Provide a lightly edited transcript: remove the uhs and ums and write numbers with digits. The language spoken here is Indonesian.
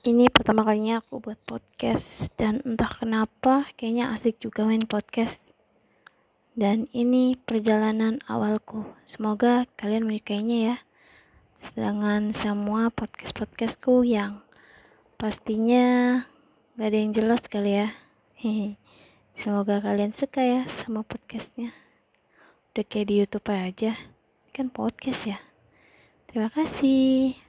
Ini pertama kalinya aku buat podcast dan entah kenapa kayaknya asik juga main podcast. Dan ini perjalanan awalku. Semoga kalian menyukainya ya. Dengan semua podcast-podcastku yang pastinya gak ada yang jelas kali ya. Semoga kalian suka ya sama podcastnya. Udah kayak di YouTube aja. Kan podcast ya. Terima kasih.